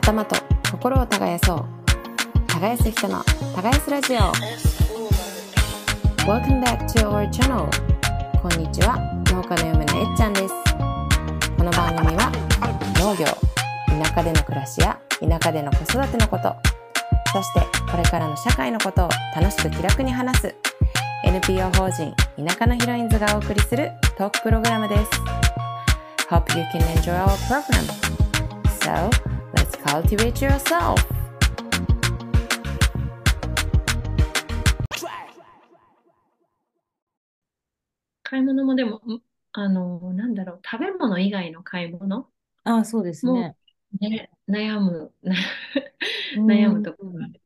頭と心を耕そう。耕す人の耕すラジオ。 Welcome back to our channel。 こんにちは、農家の嫁のえっちゃんです。この番組は農業、田舎での暮らしや田舎での子育てのこと、そしてこれからの社会のことを楽しく気楽に話す NPO 法人田舎のヒロインズがお送りするトークプログラムです。 Hope you can enjoy our program. So, let's cultivate yourself. 買い物もでも、なんだろう、食べ物以外の買い物そうですもね。 ね、悩む、悩むうん。 ところがある。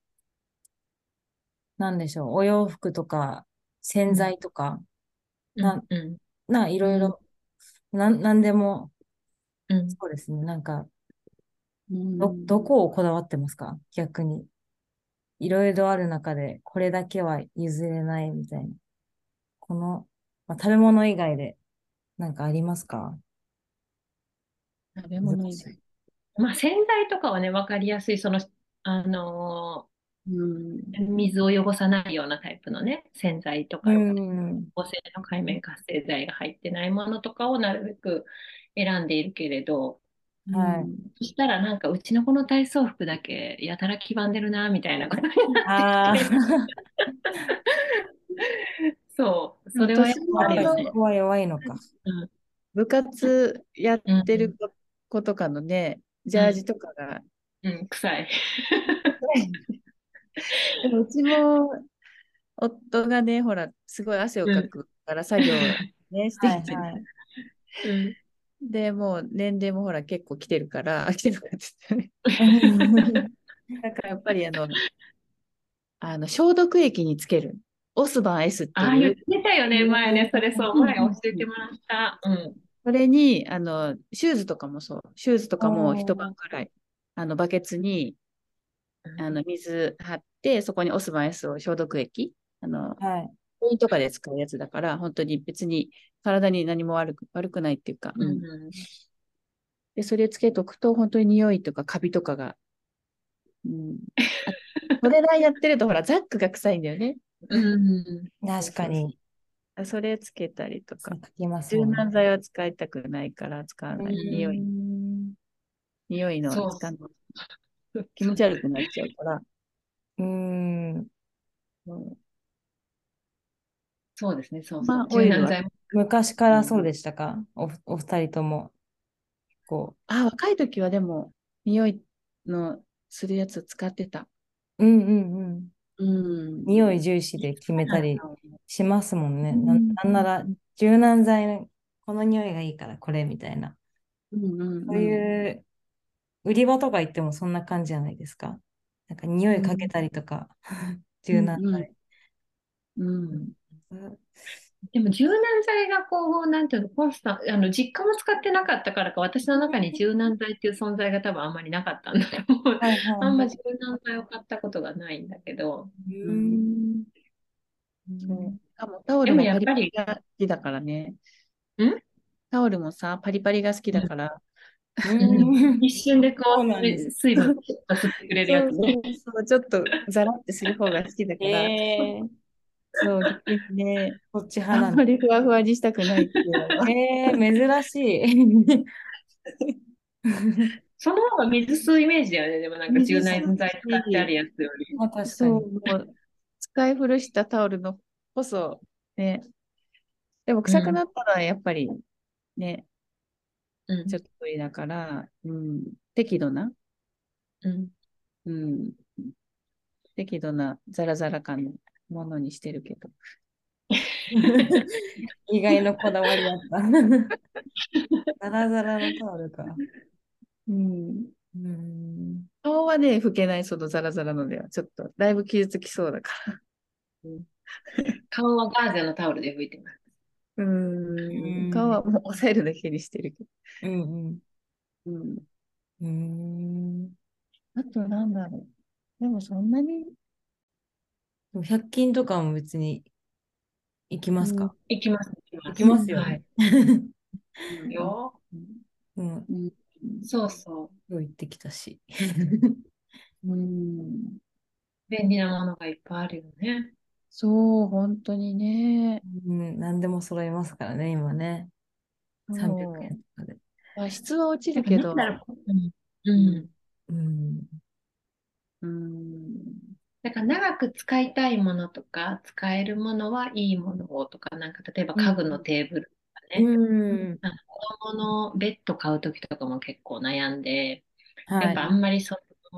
なんでしょう。お洋服とか、洗うん、 剤とか、 うん、 な、 うん、 いうん、 ろいろ、なんでも、 うん。 そうですね。 うどん。 こをこだわってますか逆に？いろいろある中で、これだけは譲れないみたいな。この、食べ物以外で、なんかありますか？ 食べ難しい。 物以外。まあ、洗剤とかはね、わかりやすい、あの水を汚さないようなタイプのね、洗剤とうか、 ん。 合成の界面活性剤が入ってないものとかをなるべく選んでいるけれど、 はい。 そしたらなんかうちの子の体操服だけやたら黄ばんでるなみたいなことになってきあて、 あ、 そう、それはやっ私ぱあやっぱりるよね。 そこは弱いのか。 うん、 部活やっうん、 てる子とかのね、ジうん、 ャージとかが、 うん、臭い。 でもうちも夫がね、ほら、すごい汗をうん、 かくから作業をね、してはいきてね。 はい。 うん。 で、もう年齢もほら結構来てるから、来てるからって言ってね。だからやっぱり消毒液につける。オスバン S ってああ、言っいう、 てたよね、前ね。それそう、 うん前教うんうん、 えてもらった。うん。 それに、シューズとかもそう、シューズとかも一晩おー、 くらい、バケツに、水張って、そこにオスバン S を消毒液、 はい。 病院とかで使うやつだから、本当に別に体に何も悪くないっていうか、 うん。 で、それつけとくと、本当に匂いとかカビとかが、うん。あ、トレランやってると、ほら、ザックが臭いんだよね。 うん。そうそうそう。 確かに。 それつけたりとか。 そう書きます柔もんね。 軟剤は使いたくないから使わうない。 ん。 匂いのはそう使わない。 そう。 気持ち悪くなっちゃうから。 うーん。 うん、 そうですね、そうそう。 まあ、オイルは、 柔軟剤も。 昔からそうでしたか？お二人とも。こ若い時はでも、匂いのするやつを使ってた。 うんうんうん。 うん。 匂い重視で決めたりしますもんね。 うんなんなら、柔軟剤のこの匂いがいいからこれみたいな。 うんうんそううん。 いう売り場とか行ってもそんな感じじゃないですか。なんか匂いかけうんたりとか、 うんうん柔軟剤。 うん。 うんでも柔軟剤がこう、なんていうの、コンスタン、実家も使ってなかったからか、私の中に柔軟剤っていう存在が多分あんまりなかったんだと思う。 はいあんま柔はい。 軟剤を買ったことがないんだけど、 うーうん。 ん。うそう。 ん。 しかもタオでもルもパリパリやっぱり、 が好きだからね。 んタオルもさ、パリパリが好きうん。 だから。 ううん。 ーん。 一瞬でこそうう、 なんです。 水分を吸ってくれるやそうつね。 そうそう、ちょっとザラってする方が好きだから、そう、逆にね、 こっち派あんなんだ。 まりふわふわにしたくないっていうのは。 珍しい。 その方が水吸うイメージだよね。でもなんか柔水吸う軟剤使ってあるし、 やつより。 まあ確かそう、 に。 もう使い古したタオルのこそ、ね、でもうん。 臭くなったらやっぱりね、 うん。 ちょっと無理だから、適度な、 うん。 うん、適度なザラザラ感のものにしてるけど。 意外のこだわりだった。ザラザラのタオルか。 うん。 うーん。 顔はね、拭けない、そのザラザラのでは。ちょっと、だいぶ傷つきそうだから。 うん。顔はガーゼのタオルで拭いてます。 う顔ん。 はもう押さえるだけにしてるけど。 うんうん。 うん。うーん。 あと、なんだろう。でも、そんなに、 でも100均とかも別に行きうん、 ますか？ 行きます、行き行きます。 ますよね。 はい。よ。 うん、 うん。 うん。 そうそ今日行ってきたし。 うん。 う。便利なものがいっぱいあるよね。 そう、本当にね。 うん、何でも揃いますからね、今ね。300 そ円とかで。 う。まあ、質は落ちなんかるけど、 なんだろう。うん。 うん。 うん。 うん。 うん。 だから長く使いたいものとか、使えるものはいいものをとか、なんか例えばうん。 家具のテーブルとかうね。 ん。 子供のベッド買うときとかも結構悩んで、やっぱはい。 あんまり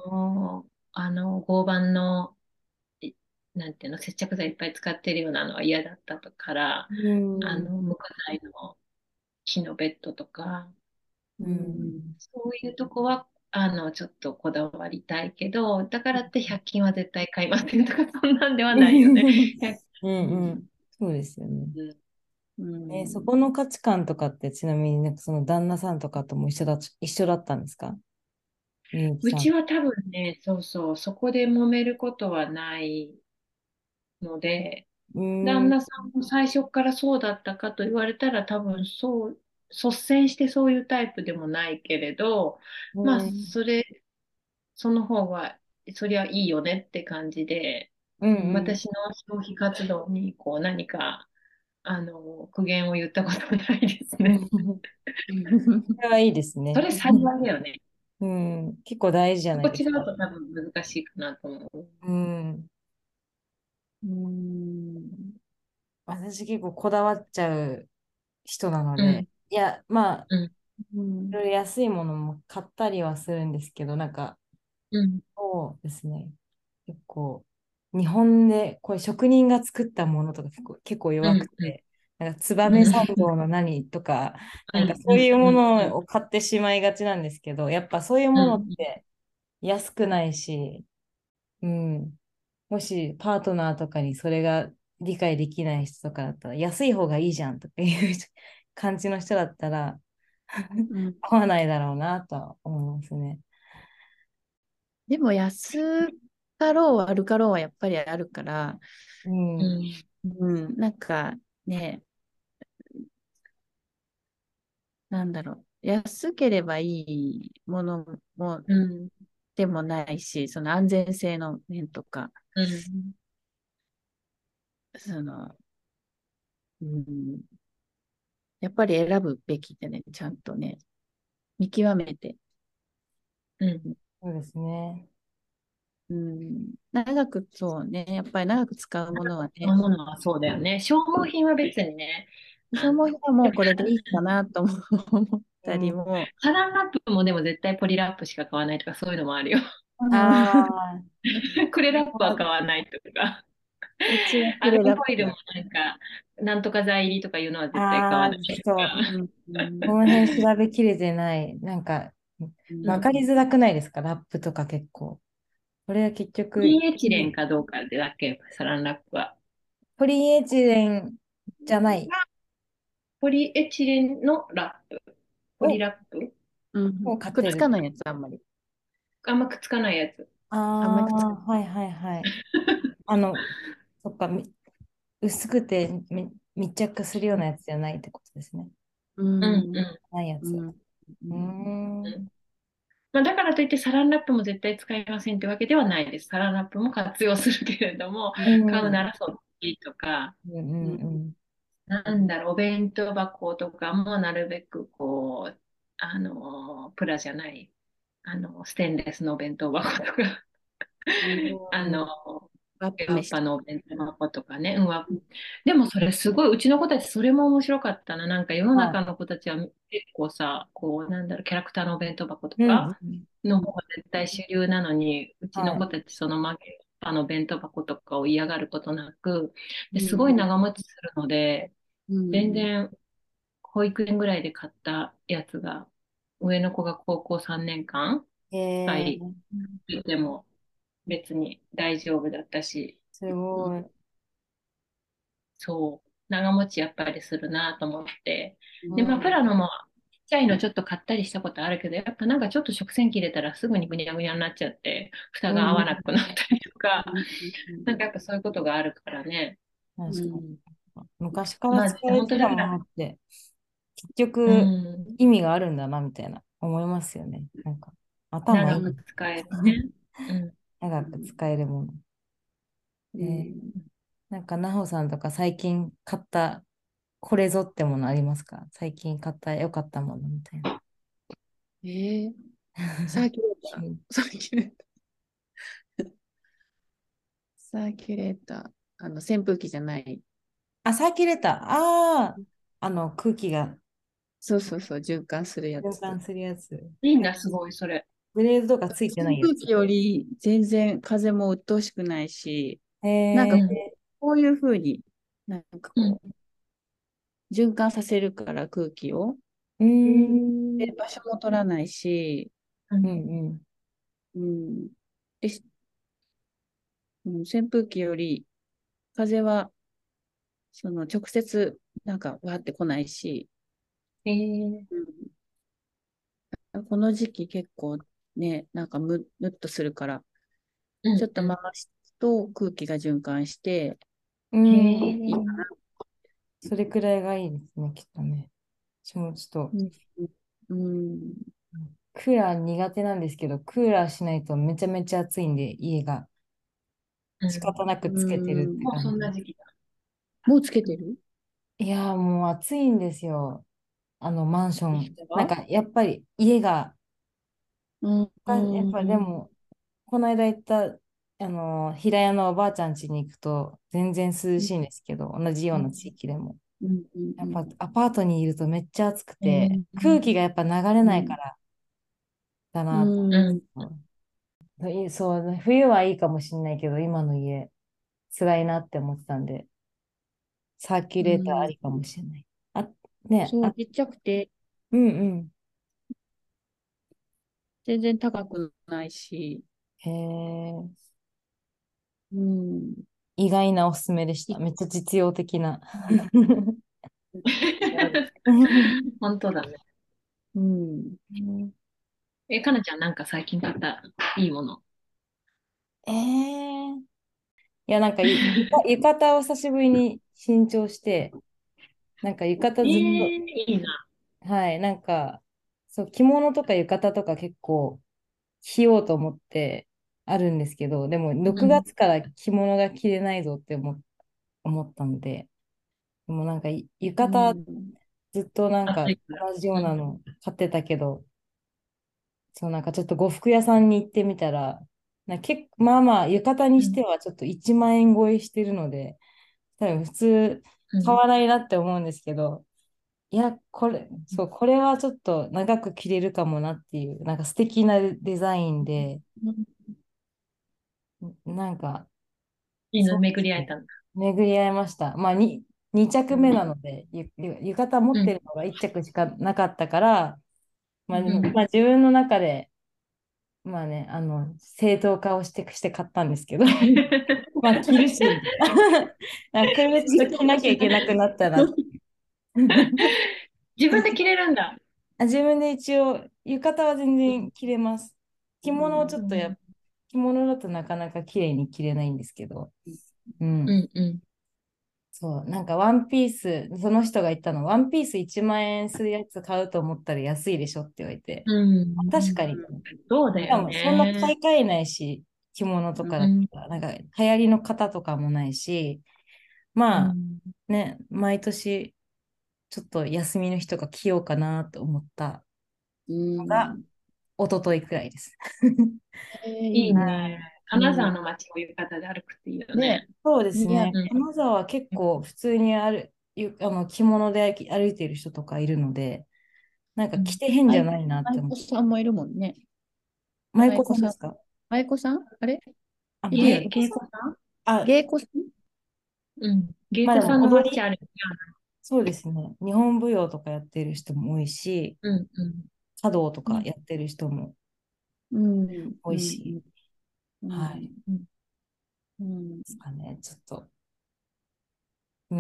合板の、いなんていうの、接着剤いっぱい使ってるようなのは嫌だったから、 うん。 木材の木のベッドとか、ううん、 ん。 そういうとこは、ちょっとこだわりたいけど、だからって100均は絶対買いませんとか、そんなんではないよね。 うんうん。そうですよね。 うんうそん。 この価値観とかってちなみになんかその旦那さんとかとも一緒だったんですか？みゆきうさん。 ちは多分ね、そうそう、そこで揉めることはないので、 うん。 旦那さんも最初からそうだったかと言われたら多分そう、率先してそういうタイプでもないけれど、まあ、 うん。 その方が、そりゃいいよねって感じで、 うんうん、 うん。 私の消費活動にこう何か、苦言を言ったことはないですね。 それはいいですね。 それ幸いだよね。 うん。結構大事じゃそこないですか。 違うと多分難しいかなと思う。 うん。 うん。 私結構こだわっちゃう人なので、 うん、 いや、まあ、 うん、 うん。 いろいろ安いものも買ったりはするんですけど、なんか、 うん、 そうですね。結構、日本で、これ職人が作ったものとか結構うん、うん、 弱くて、なんかうん、 燕三条の何とか、なんかうん、うん、 そういうもうん、うん、 のを買ってしまいがちなんですけど、やっぱそういうものっうん、 て安くないし、うん。もしパートナーとかにそれが理解できない人とかだったら、安い方がいいじゃんとかいう感じの人だったら、 うん。 合わないだろうなとは思いますね。 でも安かろう悪かろうはやっぱりあるから、 うん。 うん、 うん、なんかね、なんだろう、安ければいいものもうん、 でもないし、その安全性の面とか、 うん、 その、うん、やっぱり選ぶべきでね、ちゃんとね、見極めて、 うん。 そうですね。 うん、長く、そうね、やっぱり長く使うものはね、 そのものはそうだよね。消耗品は別にね、 消耗品はもでもうこれでいいかなと思ったりうん。 も、 サランラップもでも絶対ポリラップしか買わないとかそういうのもあるよ。 あクレラップはあ、 買わないとか、 うちはアルミこれだっホイルもなんか、なんとか剤入りとかいうのは絶対買わああ、 ないとそう。 か。 うんうんこの辺調べきれてない。なんか、 うんわかりづらくないですかラップとか結構。これは結局、 ポリエチレンかどうかでだっけ、サランラップは。 ポリエチレンじゃない。 ポリエチレンのラップ。ポリを、 ラップうんくっを買ってる。 つかないやつ、あんまり。 あんまくっつかないやつ。 ああ、 あんまりくっつかはいはいはい。あの、そっか、薄くて密着するようなやつじゃないってことですね。 ううんん。 うんないやつ。 うん。ううーん。 うんん。 まあ、だからといってサランラップも絶対使いませんってわけではないです。サランラップも活用するけれども、 うん。うん買うならそっちとか、 うんうん。 うん。 なんだろう、お弁当箱とかもなるべくプラじゃない、ステンレスのお弁当箱とか、あうん。 の、 ワップヨーロッパ飯とか。 のお弁当箱とかね。でもそれすごい、うちの子たちそれも面白かったな。なんか世のは中の子たちは結構さ、こう、なんだろう、キャラクターのお弁当箱とい。うんかうん。 の方が絶対主流なのに、うちのはい。 子たちそのマーケットのお弁当箱とかを嫌がることなく、ですごいうん。 長持ちするので、 うん。 全然保育園ぐらいで買ったやつが、上の子が高校3年間使いー、 てても別に大丈夫だったし、 すごい。 そう、長持ちやっぱりするなと思って。で、まあ、プうん。 ラノもちっちゃいのちょっと買ったりしたことあるけど、やっぱなんかちょっと食洗機入れたらすぐにぐにゃぐにゃになっちゃって、蓋が合わうん。 なくなったりとか、 うん。 なんかやっぱそういうことがあるからね。 確かに。 うん。 昔からまあ、 使われ本てたも当だから、 のって、結う局、 ん、 意味があるんだな、みたいな。 思いますよね。なんか、頭いい。 長く使えるね。うん。 長く使えるもの。 うえーん。 なんか、なほさんとか最近買ったこれぞってものありますか？最近買った良かったものみたいな。 えー、サーキュレーター。 うんサーキュレーター。サーキュレーター。扇風機じゃない。 あ、サーキュレーター。ああ、空気がそうそうそう、循環するやつ。 循環するやつ。 いいんだ、すごい、それ。 グレードとかついてないやつ。 扇風機より全然風も鬱陶しくないし、 へえ。 なんかうん。 こういうふうに、なんかうん。 こう、循環させるから空気を。 うーん。 で、場所も取らないし、 うんうん。 うん。 うん。で、扇風機より風は、直接、なんか、わーって来ないし、 えー、 この時期結構ね、なんかむっとするから、ちょっと回うんうすと空気が循環して、 うん。 ん。 いいかえな。 それくらいがいいですね、きっとね。私もちょっと、 うん。うん。 クーラー苦手なんですけど、クーラーしないとめちゃめちゃ暑いんで、家が仕方なくうつけてるってもうそ感じ。 んな時期だ。 もうつけてる？ いやーもう暑いんですよ。マンション。 人は。 なんか、やっぱり家が、 うん。うやっぱでん。 も、この間行った、平屋のおばあちゃん家に行くと、全然涼しいんですけど、同じような地域でも。 うん。うん。 やっぱアパートにいるとめっちゃ暑くて、 うん。 空気がやっぱ流れないからだうなとん。 うん。 思う。そう、冬はいいかもしれないけど、今の家、辛いなって思ってたんで、サーキュレーターあうん。 りかもしれない。あ、ね、 そう、ちっちゃくて、 うんうん。 全然高くないし、 へえ、 うん。 意外なおすすめでしいた。めっちゃ実用的な。 本当だね。 うん。 かなちゃんなんか最近買ったいいもの。 いや、なんか浴衣を久しぶりに新調して、なんか浴衣ずっと、 いいな。 はい、なんか、そう、着物とか浴衣とか結構着ようと思ってあるんですけど、でも6 うん。 月から着物が着れないぞって思ったので、でもなんか浴う衣ん。 ずっとなんか暑いから。 同じよううん。 なの買ってたけど、そうなんかちょっと呉服屋さんに行ってみたら、まあまあ浴衣にうん。 してはちょっと1万円超えしてるので、多分普通買うん。 わないなって思うんですけど、いや、そう、これはちょっと長く着れるかもなっていう、なんか素敵なデザインで、なんか、 いいのそうですね。 巡り合えたんだ。 巡り合いました。まあ、2着目なので、浴衣持うん。 ってるのが1着しかなかったから、まあ、 うん。 まあ、自分の中で、まあね、正当化をして買ったんですけど、まあ、着るし、みたいな。これでちょっと着なきゃいけなくなったなって。 自分で着れるんだ。 自分で一応、浴衣は全然着れます。着物をちょっとうん。 着物だとなかなか綺麗に着れないんですけど、うん。 うんうん。 そう、なんかワンピース、その人が言ったの、ワンピース1万円するやつ買うと思ったら安いでしょって言われて、 うん。 確かにと思って。しかそうだよもそんな買ね。 い替えないし、着物とかだっうん。 たら、なんか流行りの型とかもないし、まあうん。 ね、毎年ちょっと休みの日とか着ようかなと思ったうのが、 ん。 一昨日くらいです。 いいいいね。 ね。 うん、 金沢の街を浴衣で歩くっていいよね、 ね。 そうです似合うね。 うん。 金沢は結構普通に着物で歩いている人とかいるので、なんか着うん。 て変じゃ舞ないなって思って。 子さんもいるもんね。 舞妓舞妓さん。 さんですか？ 舞妓さんあれあ、 いるよね。 舞妓さん。 芸妓さん。 あ、 芸妓さん。 うん。芸まあで妓さんのも踊り、 街あるよね。 そうですね。日本舞踊とかやってる人も多いし、 うんうん。 茶道とかうん。 やってる人もうん。うん。 多いし、 うん。 はい。でうん。 うん。 すかね。ちょっと、うん。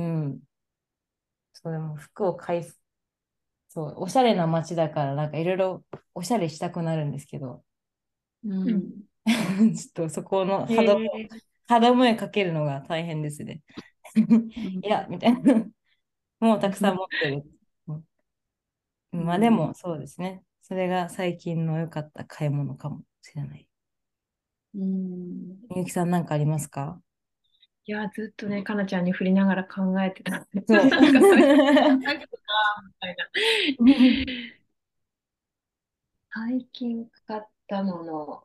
そう、でも服を買い、そう、おしゃれな街だから、なんかいろいろおしゃれしたくなるんですけど、 ううん。 ん。 ちょっとそこのへえ。 歯止めかけるのが大変ですね。 うん。 いや、みたいな。もうたくさん持ってる。まあでも、そうですね。 それが最近の良かった買い物かもしれない。 うん。 みゆきさんなんかありますか？ いや、ずっとね、かなちゃんに振りながら考えてた。 そう。 なんか最近、なんかみたいな。最近買ったもの、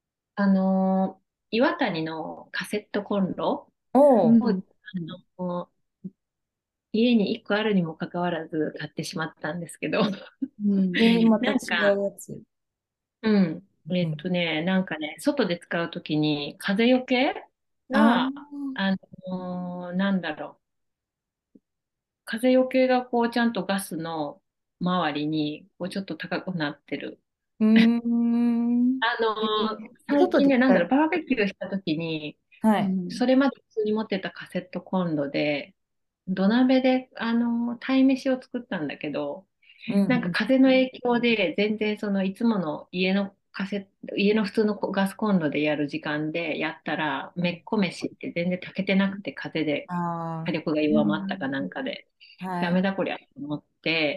岩谷のカセットコンロおう。 を、の家に1個あるにもかかわらず買ってしまったんですけど、 また違なんか、 うやつ。 うん。 うん。 なんかね、外で使うときに風よけあが、なんだろ風よけがこうちゃんとガスの周りにこうちょっと高くなってる。 うーん。 最近ね、なんだろう、 外で使う。 バーベキューしたときに、 はい。 それまで普通に持ってたカセットコンロで、土鍋で、鯛めしを作ったんだけど、なんかうん。 風の影響で全然いつもの家の普通のガスコンロでやる時間でやったら、めっこ飯って全然炊けてなくて風であ火力が弱まったかなんかで、 あ、はダメい。 だこりゃと思って、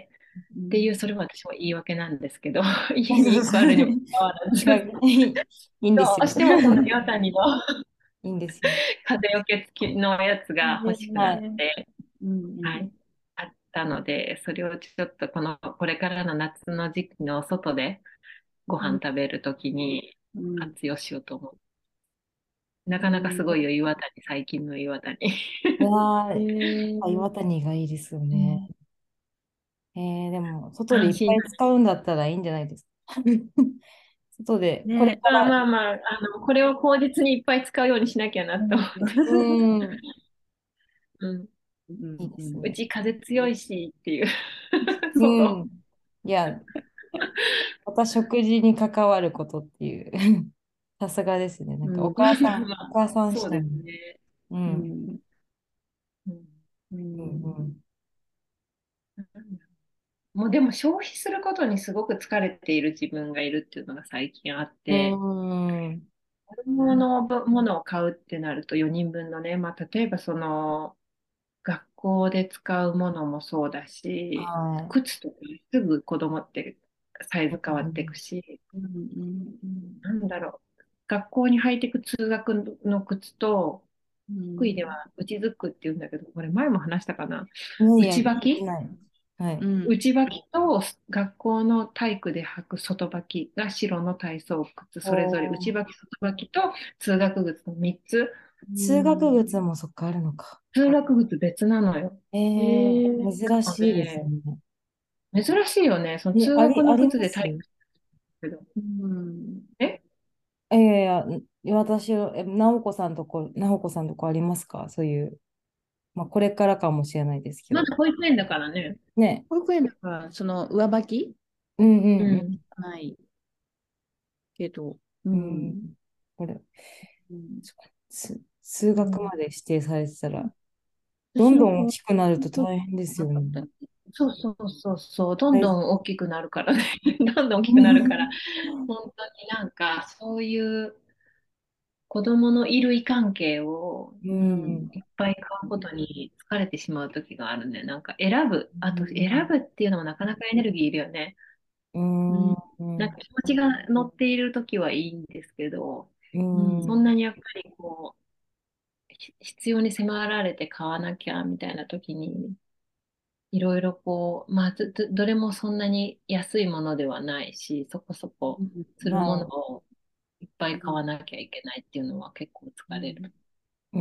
っていう、 うん。 それは私も言い訳なんですけど、家に1個あるにもかかわらず、 いや、いいんですよ。 どうしてもその岩谷のいいんですよ。 風よけ付きのやつが欲しくなっはい。 て、はい、あったので、それをちょっとこれからの夏の時期の外でご飯食べるときに活用しようと思う。なかなかすごいよ、岩谷、最近の岩谷。 いや岩谷がいいですよね。でも、外でい安心。 っぱい使うんだったらいいんじゃないですか。外で、これね。 から、 まあまあ、これを口実にいっぱい使うようにしなきゃなと思って。 うん、 うん。 いいですうね。 ち風強いしっていう、 う外。 ん。いや、また食事に関わることっていう、さすがですね。なんか、おうん。 母さん、 まあ、 お母さんそうです視点。 ね。 うん、 うんうん、うん。 もうでも消費することにすごく疲れている自分がいるっていうのが最近あっうて、 ん、 子供のものを買うってなると4人分のね、まあ、例えば学校で使うものもそうだし、 は靴とかすぐ子供ってサイい。 ズ変わっていくし、 うんうんなんだろう。学校に履いていく通学の靴と、 うん。 福井では内ズックって言うんだけど、これ前も話したかな。 いやいや、 内履きない。はい。 うん内履きと学校の体育で履く外履きが白の体操靴、それぞれ内おー、 履き、外履きと通学靴の3つ。 通学靴もそっかあるのか。 通学靴別なのよ。 珍しいですね、 ね。 珍しいよね。その通学のあります靴で体育するけど。 うん。 えいやいや、私、直子さんとこありますか？そういう、まあ、これからかもしれないですけど。 まだ保育園だからね。 ね。 保育園だから、その上履きうんうんうん。 ないけど、 うん。うん。これ、 うん。 数学まで指定されてたら、どんどん大私の子、 きくなると大変ですよね。 なかった。 そうそうそうそう。どんはい。 どん大きくなるからね。どんどん大きくなるから。本当になんか、そういう子供の衣類関係をううん。 ん。 いっぱい買うことに疲れてしまう時があるね。なんかあと選うぶっていうのもなかなかエネルギーいるよね。 ん。 うん。 うん。 なんか気持ちが乗っている時はいいんですけど、 うそんん。 なにやっぱり必要に迫られて買わなきゃみたいな時に、いろいろまあ、どれもそんなに安いものではないし、そこそこするものはをいっぱい買わなきゃいけないっていうのは結構疲れる。 い。うん。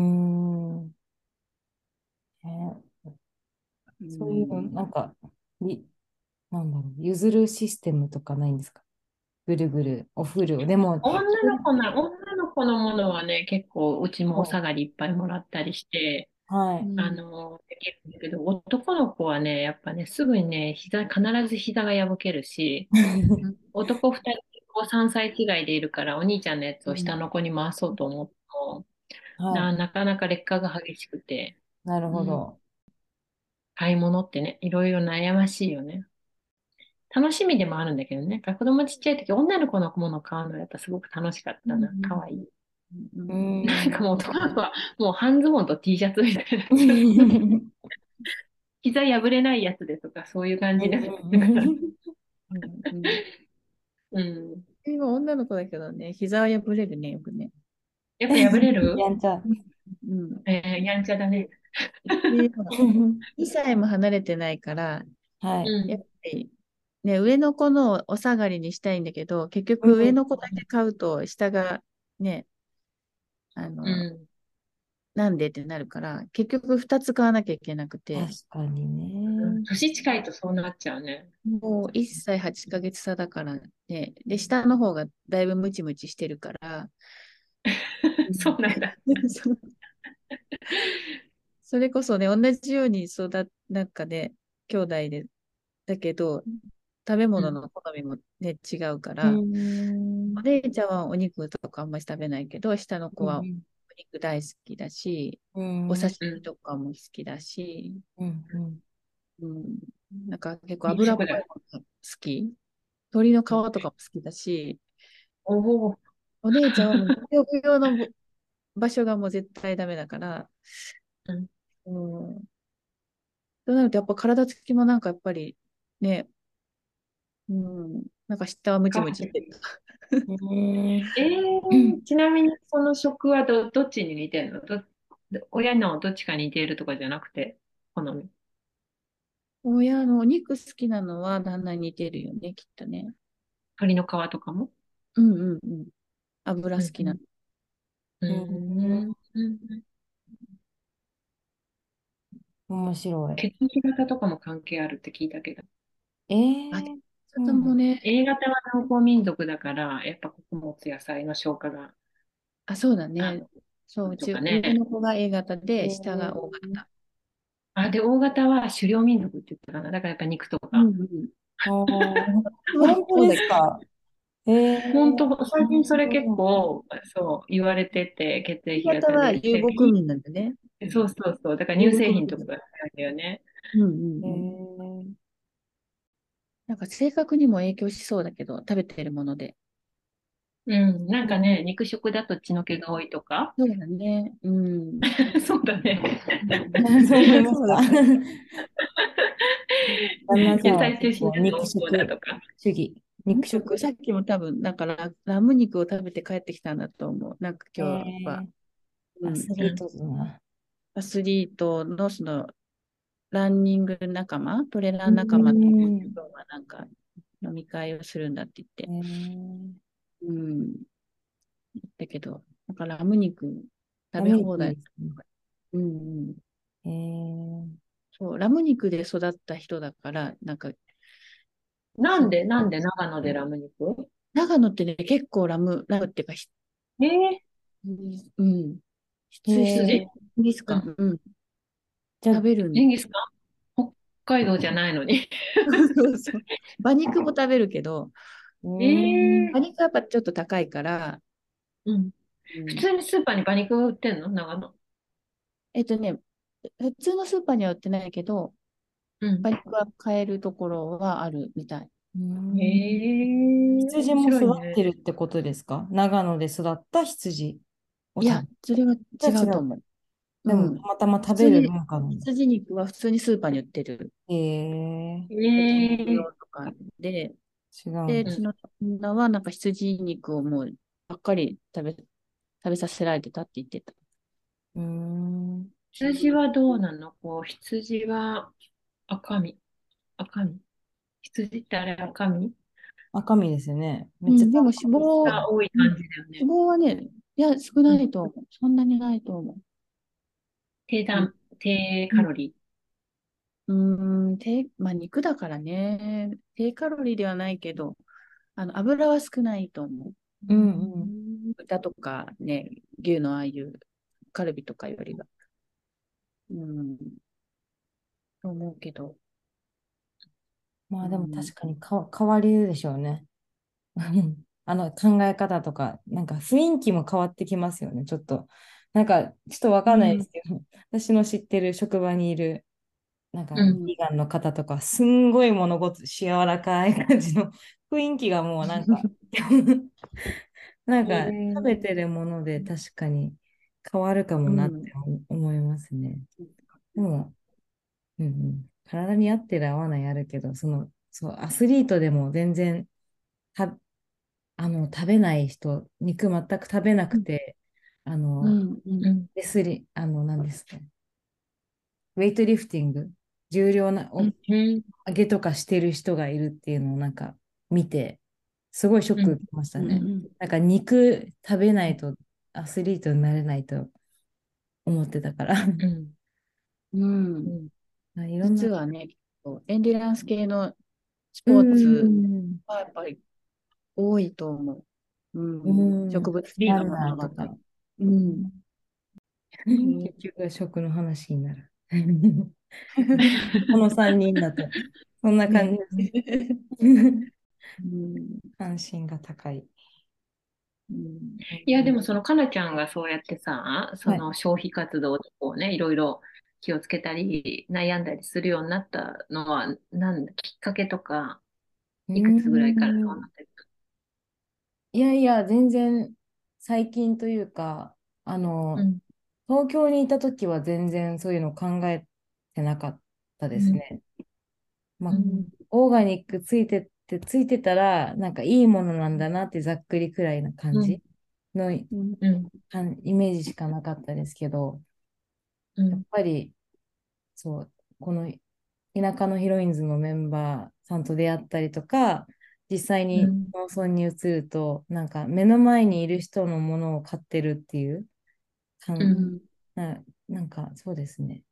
うそういうの、 ん。 なんか、り、なんだろう、譲るシステムとかないんですか？ぐるぐる、お風呂。でも、 女の子のものはね、結構うちもお下がりいっぱいもらったりして、 はい。 できるんだけど、男の子はね、やっぱね、すぐにね、必ず膝が破けるし、男二人3歳違いでいるから、お兄ちゃんのやつを下の子に回そうと思っても、 はい。 なかなか劣化が激しくて、 なるうん。 ほど。 買い物ってね、いろいろ悩ましいよね。楽しみでもあるんだけどね、子供ちっちゃい時、女の子のものを買うのやっぱすごく楽しかっうたな。かん。 わいい。 うなんかん。 もう男の子はもう半ズボンと T シャツみたいな、膝破れないやつでとか、そういう感じになってるから。 うん。 うん。 今女の子だけどね、膝は破れるね、よくね。 やっぱ破れる？ やんちゃ。 うん。 やんちゃだね。 で、ほら2歳も離れてないから、 はい。 やっうん。 ぱり、ね、上の子のお下がりにしたいんだけど、結局上うん。 の子だけ買うと、下がね、あの、 うん。 なんでってなるから、結局2つ買わなきゃいけなく確て、 かにね。 年近いとそうなっちゃうね。 もう1歳8ヶ月差だからね、で、下の方がだいぶムチムチしてるから、うそんうなんだ。 そうそれこそね、同じようになんかね、兄弟で、だけど、食べうん。 物の好みもね、違うかうら、おん。 姉ちゃんはお肉とかあんまり食べないけど、下の子はおうん。 肉大好きだし、 うん。 お刺うん。 うん。 身とかも好きだし、 うん。 うん、なんか結構油っぽい肉食だ。 ものが好き。鶏の皮とかも好きだし、 おお。 お姉ちゃんはもう食用の場所がもう絶対ダメだから、 うん。 うん、となるとやっぱ体つきもなんかやっぱりね、うん、なんか下はムチムチしてる。 うん。 ちなみにその食はどっちに似てるの？親のどっちかに似ているとかじゃなくて、好み。 親のお肉好きなのは旦那に似てるよね、きっとね。 鶏の皮とかも。 うんうんうん。油好きなの。 うん。ううん。 ん。うん。 面白い。 血液型とかも関係あるって聞いたけど。 あ、で方そうなの。 もね、 A 型は農耕民族だから、やっぱ穀物野菜の消化が、 あ、そうだね。 あの、 そう、うとち上かね。 の子が A 型で、下が O ー、 型。 あ、で、O 型は狩猟民族って言ったかな。だからやっぱ肉とうんか。 うん。 あー、 まあ、 本当でそうだけど。 すか？え本当、最近それ結ー、 構、そう言われてて、血 B 液型は型で。で、 遊牧民なんだね。 そうそうそう。だから遊乳製牧民族。 品とかが強いんだよね。 うんうんえうん。 ー、 なんか性格にも影響しそうだけど、食べてるもので。 うん。なんかね、肉食だと血の気が多いとか。 そうだね。うん。 そうだね。 そう思いました。 そうだね。 旦那さん野は結構菜中心で濃厚だ肉食とか。 主義。肉食。 さっきも多分、なんかラム肉を食べて帰ってきたんだと思う。なんかえ今日は。うん。 アスリートだな。 アスリートのそのランニング仲間、トレラうン仲間とん。 今日はなんか飲み会をするんだって言って。 ー、 うん。だけど、なんかラム肉食ラム肉いいべ放題。 ですね。 うんうん。 ー、 そう、ラム肉で育った人だから、なんか、そう、 なんで長野でラム肉？ 長野ってね、結構ラムっていうか、 えー、 うん、 羊？ いいですか？ うん。 うん、 じゃあ、 食べるん。 ジンギスカン？北海道じゃないのに。 そうそう。馬肉も食べるけど、 うえーん。 馬肉はやっぱちょっと高いから、 うん。普うん、 通にスーパーに馬肉が売ってんの長野？ ね、普通のスーパーには売ってないけど、 うん。 馬肉は買えるところはあるみたい。 うーえん。羊面も育っ白いね。 てるってことですか？長野で育った羊をいや、それはじゃあ違う。 違うと思う。 でも、 うん。 たまたま食べる普通に、 文化なんだ。 羊肉は普通にスーパーに売ってる。 へえ、 焼肉え用とかで、で、う違うんだ。 うん。 ちの女はなんか羊肉をもうばっかり食べさせられてたって言ってた。 うーん。 羊はどうなの？羊は赤身。赤身。羊ってあれ赤身赤身ですよね。めうん、 っちゃタンでもパク質が。 が多いうん感じだよね。 脂肪はね、いや、少うん。 ないと思う。そんなにないと思う。うん。 低カロリまあ、肉だからね、低カロリーではないけど、油は少ないと思う。 ー。ううんうん。 ん。 豚とかね、牛のああいうカルビとかよりは。うん、と思うけど。 まあでもうん、 確かに変わりるでしょうね。考え方とか、なんか雰囲気も変わってきますよね、ちょっと。なんか、ちょっとわかんないでうん、 すけど、私の知ってる職場にいる、なんか、 うん。 ビーガンの方とか、すんごい物事、柔らかい感じの雰囲気がもうなんか、なんえか、食べー、 てるもので確かに変わるかもなってうん、 思いますね。でも、うんうん、体に合ってる合わないあるけど、そう、アスリートでも全然食べない人、肉全く食べなくて、レスリ、何ですか、ウェイトリフティング、重量な、上げとかしてる人がいるっていうのをなんか見て、すごいショック受けましたね。なんか肉食べないとアスリートになれないと思ってたから。いろんな。 実はね、エンデュランス系のスうポーツん。 はやっぱり多いと思う。植物性のランものばっかり。 ナーとか。 ね結局は食の話になる。この3人だと、そんな感じです。関心が高い。 いや、でもそのかなちゃんがそうやってさ、そはい。 の消費活動でこうね、いろいろ気をつけたり、悩んだりするようになったのは、きっかけとか、 ういくつぐらいからそうん。 なってる？ いやいや、全然最近というか、あの、 うん、 東京にいた時は全然そういうの考えてなかったうん、 ですね。まあ、 うん、 オーガニックついてたら、なんかいいものなんだなってざっくりくらいな感うん、 じのイうん、 メージしかなかったですけど、やっうん、 ぱりそう、この田舎のヒロインズのメンバーさんと出会ったりとか、実際にうん、 農村に移ると、なんか目の前にいる人のものを買ってるっていう感、 うん、 なんかそうですね。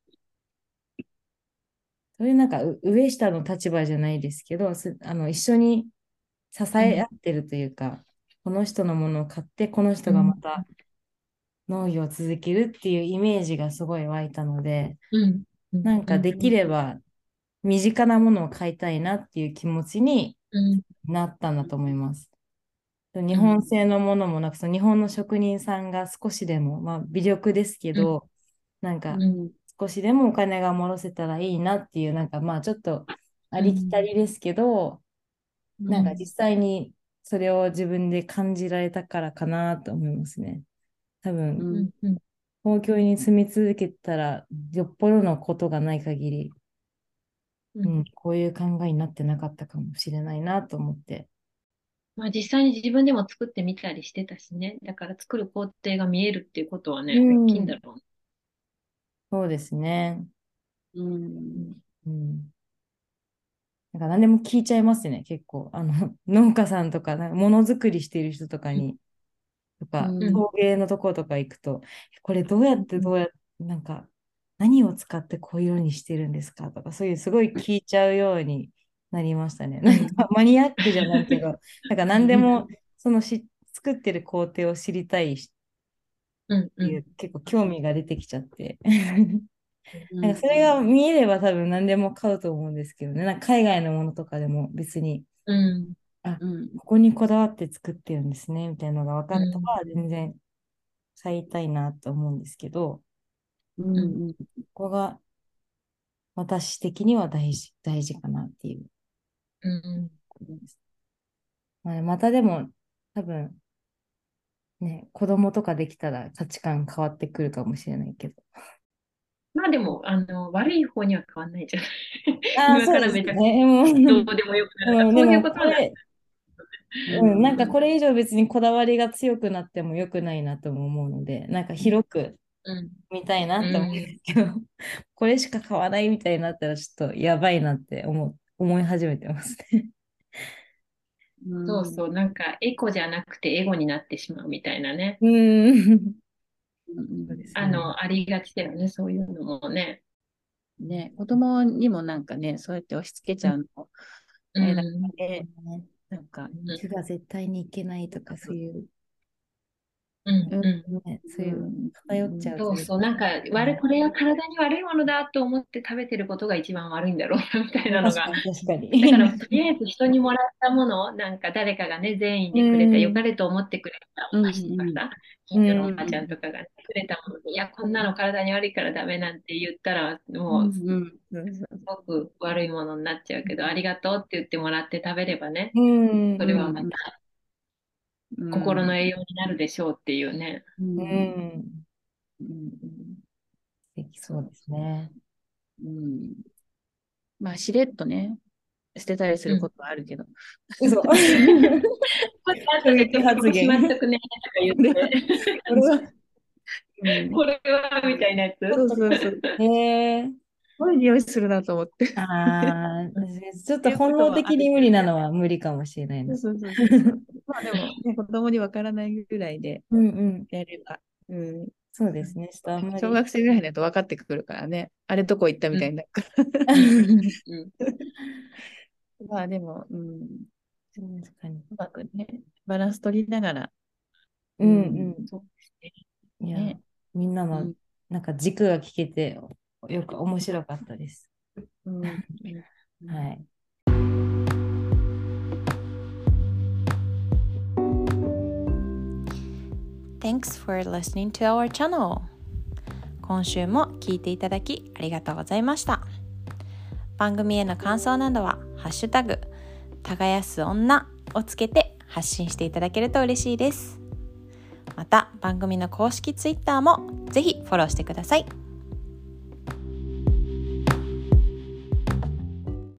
そういうなんか上下の立場じゃないですけど、一緒に支うん、 え合ってるというか、この人のものを買って、この人うん、 がまた農業を続けるっていうイメージがすごい湧いたので、 うん、うん、 なんかできれば身近なものを買いたいなっていう気持ちにうん、 なったんだと思います。日うん、 本製のものもなく、その日本の職人さんが少しでも、まあ、微力ですけうん、 ど、なんかうん、 少しでもお金が戻せたらいいなっていう、なんかまあちょっとありきたりですけど、なんか実際にそれを自分で感じられたからかなと思いますね。多分、 うん、うん、 東京に住み続けたら、よっぽどのことがない限り、こういう考えになってなかったかもしれないなと思って。 まあ実際に自分でも作ってみたりしてたしね。だから作る工程が見えるっていうことはうね、大きいんだん、 ろうね。 そうですね。 うん。 うん。なんか何でも聞いちゃいますね、結構。農家さんとか、なんかものづくりしている人とかに、とか、 うん、 陶芸のとことか行くと、これどうやって、なんか、何を使ってこういうようにしてるんですかとか、そういうすごい聞いちゃうようになりましたね。 うん、 なんかマニアックじゃないけど、なんか何でも、作ってる工程を知りたいっうん、うん、 ていう、結構興味が出てきちゃって。 うなんかそれがん。 見えれば多分何でも買うと思うんですけどね。なんか海外のものとかでも別に、 うん、 あ、 うん。 ここにこだわって作ってるんですね、みたいなのが分かうん、 ったら全然買いたいなと思うんですけど、 ううん、 ん。 ここが私的には大事かなっていううん。 ことです。またでも多分ね、子供とかできたら価値観変わってくるかもしれないけど。 まあでも、悪い方には変わんないじゃない。 ああ、 今そうからめちゃくちゃですね。もう、 どうでもよくなる。 でそういうもことはない。 なんかこれ以上別にこだわりが強くなっても良くないなとも思うので、なんか広くうん、 見たいなって思うんでうん。 すけど、これしか買わないみたいになったらちょっとやばいなって思い始めてますね。 うん。 そうそう、なんかエコじゃなくてエゴになってしまうみたいなね。 うーん。 うん。 そうですね。 ありがちだよね、そういうのもね。 ね、子供にもなんかね、そうやって押し付けちうん、 ゃうの、 うあれだかん、 らね、なんか、 肉が絶対にいけないとか、そういう、 うん、 うん、 うん。 ね、そういううん、 偏っちゃうというか。 そうそう、なんか、これは体に悪いものだと思って食べてることが一番悪いんだろうな、みたいなのが。 確かに、確かだから、 に。 とりあえず人にもらったもの、なんか誰かがね、善意うでくれた、良かん、 れと思ってくれたうん、 お菓子とかさ、 う近所のおばちゃんん、 とかがくれたもので、いや、こんなの体に悪いからダメなんて言ったら、 うん、 もう、すうん、そうそうごく悪いものになっちゃうけど、ありがとうって言ってもらって食べればね、 うん、 それはまたうん、 心の栄養になるでしょうっていうね。 ううん、 ん。 うん、 できそう、 そうですね。 うん。まあ、しれっとね、 捨てたりすることはあるけど。 嘘。 衝撃発言。しまっとくねとか言って。 これは、 これはみたいなやつ。 そうそうそう。すごい匂いするなと思って。 ああ、ちょっと本能的に無理なのは無理かもしれないな。 そうそうそう。まあでも、ね、子供にわからないぐらいでやれば。 そうですね。ちょっとあんまり。 小学生ぐらいだと分かってくるからね。あれどこ行ったみたいになるから。まあでも、 確かに。 うまくね、バランス取りながら。 そうですね。 いや、みんなのなんか軸が聞けてよく面白かったです。はい。 Thanks for listening to our channel. 今週も聞いていただきありがとうございました。番組への感想などはハッシュタグ耕す女をつけて発信していただけると嬉しいです。また番組の公式ツイッターもぜひフォローしてください。